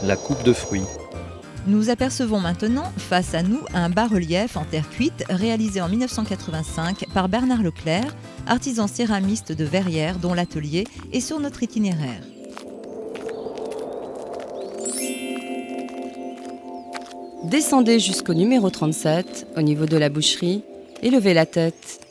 la coupe de fruits. Nous apercevons maintenant face à nous un bas-relief en terre cuite réalisé en 1985 par Bernard Leclerc, artisan céramiste de Verrières dont l'atelier est sur notre itinéraire. Descendez jusqu'au numéro 37, au niveau de la boucherie, et levez la tête.